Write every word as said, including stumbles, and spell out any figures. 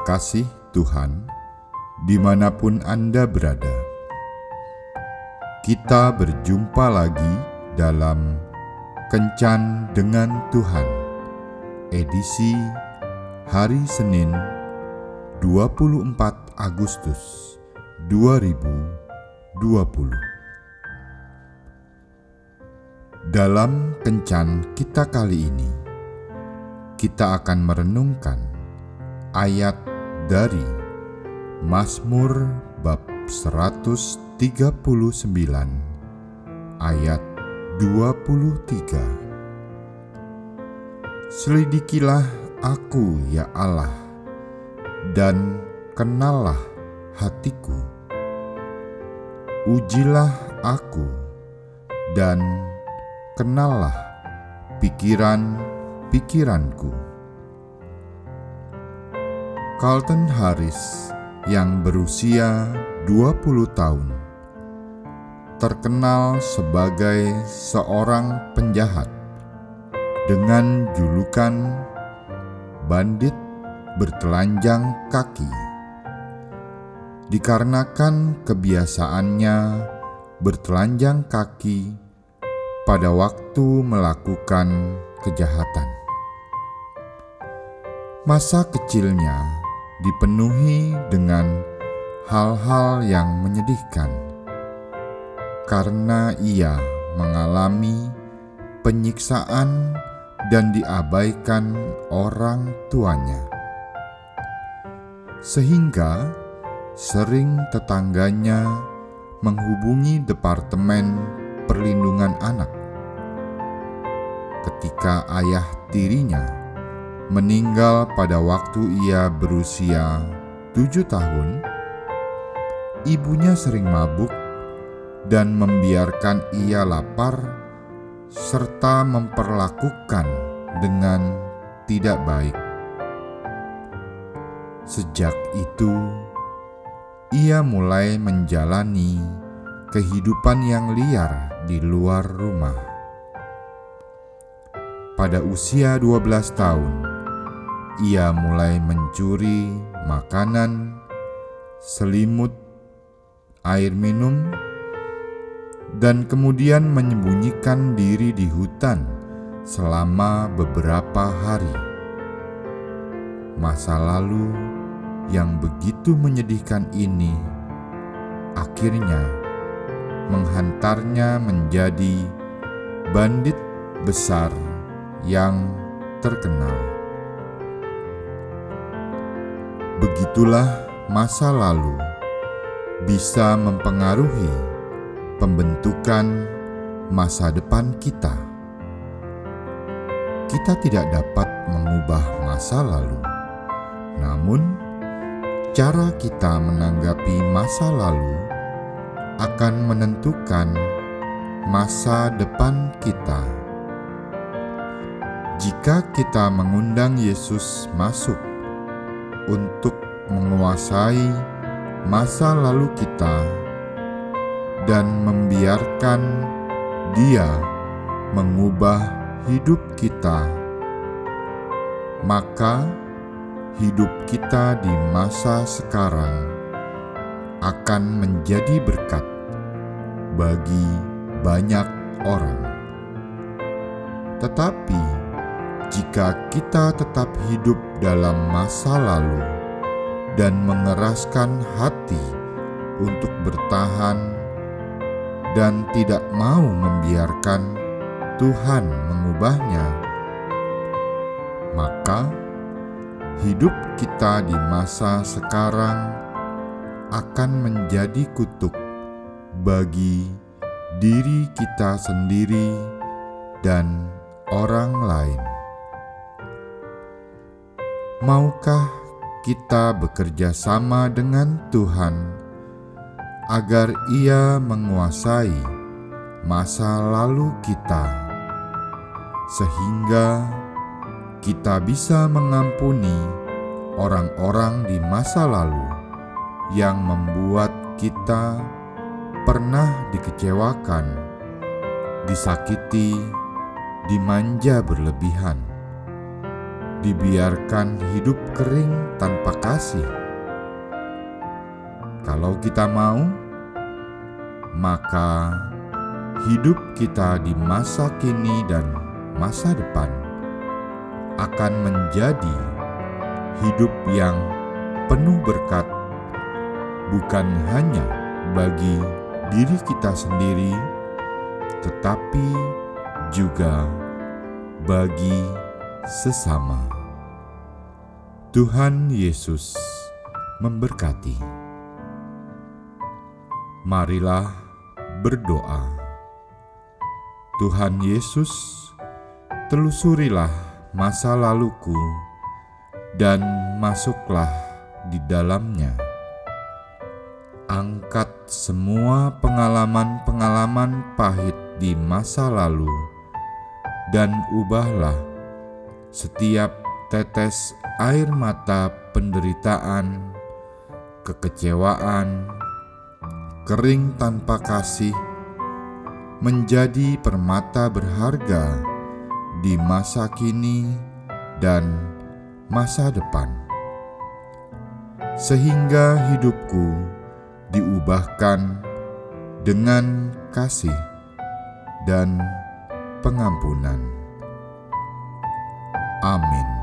kasih Tuhan, dimanapun Anda berada, kita berjumpa lagi dalam Kencan dengan Tuhan, edisi hari Senin dua puluh empat Agustus dua ribu dua puluh. Dalam Kencan kita kali ini, kita akan merenungkan ayat dari Mazmur bab seratus tiga puluh sembilan ayat dua puluh tiga. Selidikilah aku ya Allah, dan kenallah hatiku. Ujilah aku, dan kenallah pikiran-pikiranku. Carlton Harris yang berusia dua puluh tahun terkenal sebagai seorang penjahat dengan julukan bandit bertelanjang kaki, dikarenakan kebiasaannya bertelanjang kaki pada waktu melakukan kejahatan. Masa kecilnya dipenuhi dengan hal-hal yang menyedihkan karena ia mengalami penyiksaan dan diabaikan orang tuanya, sehingga sering tetangganya menghubungi Departemen Perlindungan Anak ketika ayah tirinya meninggal pada waktu ia berusia tujuh tahun. Ibunya sering mabuk dan membiarkan ia lapar serta memperlakukan dengan tidak baik. Sejak itu, ia mulai menjalani kehidupan yang liar di luar rumah. Pada usia dua belas tahun, ia mulai mencuri makanan, selimut, air minum, dan kemudian menyembunyikan diri di hutan selama beberapa hari. Masa lalu yang begitu menyedihkan ini akhirnya menghantarnya menjadi bandit besar yang terkenal. Begitulah masa lalu bisa mempengaruhi pembentukan masa depan kita. Kita tidak dapat mengubah masa lalu, namun cara kita menanggapi masa lalu akan menentukan masa depan kita. Jika kita mengundang Yesus masuk untuk menguasai masa lalu kita dan membiarkan Dia mengubah hidup kita, maka hidup kita di masa sekarang akan menjadi berkat bagi banyak orang. Tetapi jika kita tetap hidup dalam masa lalu dan mengeraskan hati untuk bertahan dan tidak mau membiarkan Tuhan mengubahnya, maka hidup kita di masa sekarang akan menjadi kutuk bagi diri kita sendiri dan orang lain. Maukah kita bekerja sama dengan Tuhan agar Ia menguasai masa lalu kita, sehingga kita bisa mengampuni orang-orang di masa lalu yang membuat kita pernah dikecewakan, disakiti, dimanja berlebihan. dibiarkan hidup kering tanpa kasih. Kalau kita mau, maka hidup kita di masa kini dan masa depan akan menjadi hidup yang penuh berkat, bukan hanya bagi diri kita sendiri, tetapi juga bagi sesama. Tuhan Yesus memberkati. Marilah berdoa. Tuhan Yesus, telusurilah masa laluku dan masuklah di dalamnya. Angkat semua pengalaman-pengalaman pahit di masa lalu dan ubahlah setiap tetes air mata penderitaan, kekecewaan, kering tanpa kasih, menjadi permata berharga di masa kini dan masa depan, sehingga hidupku diubahkan dengan kasih dan pengampunan. Amin.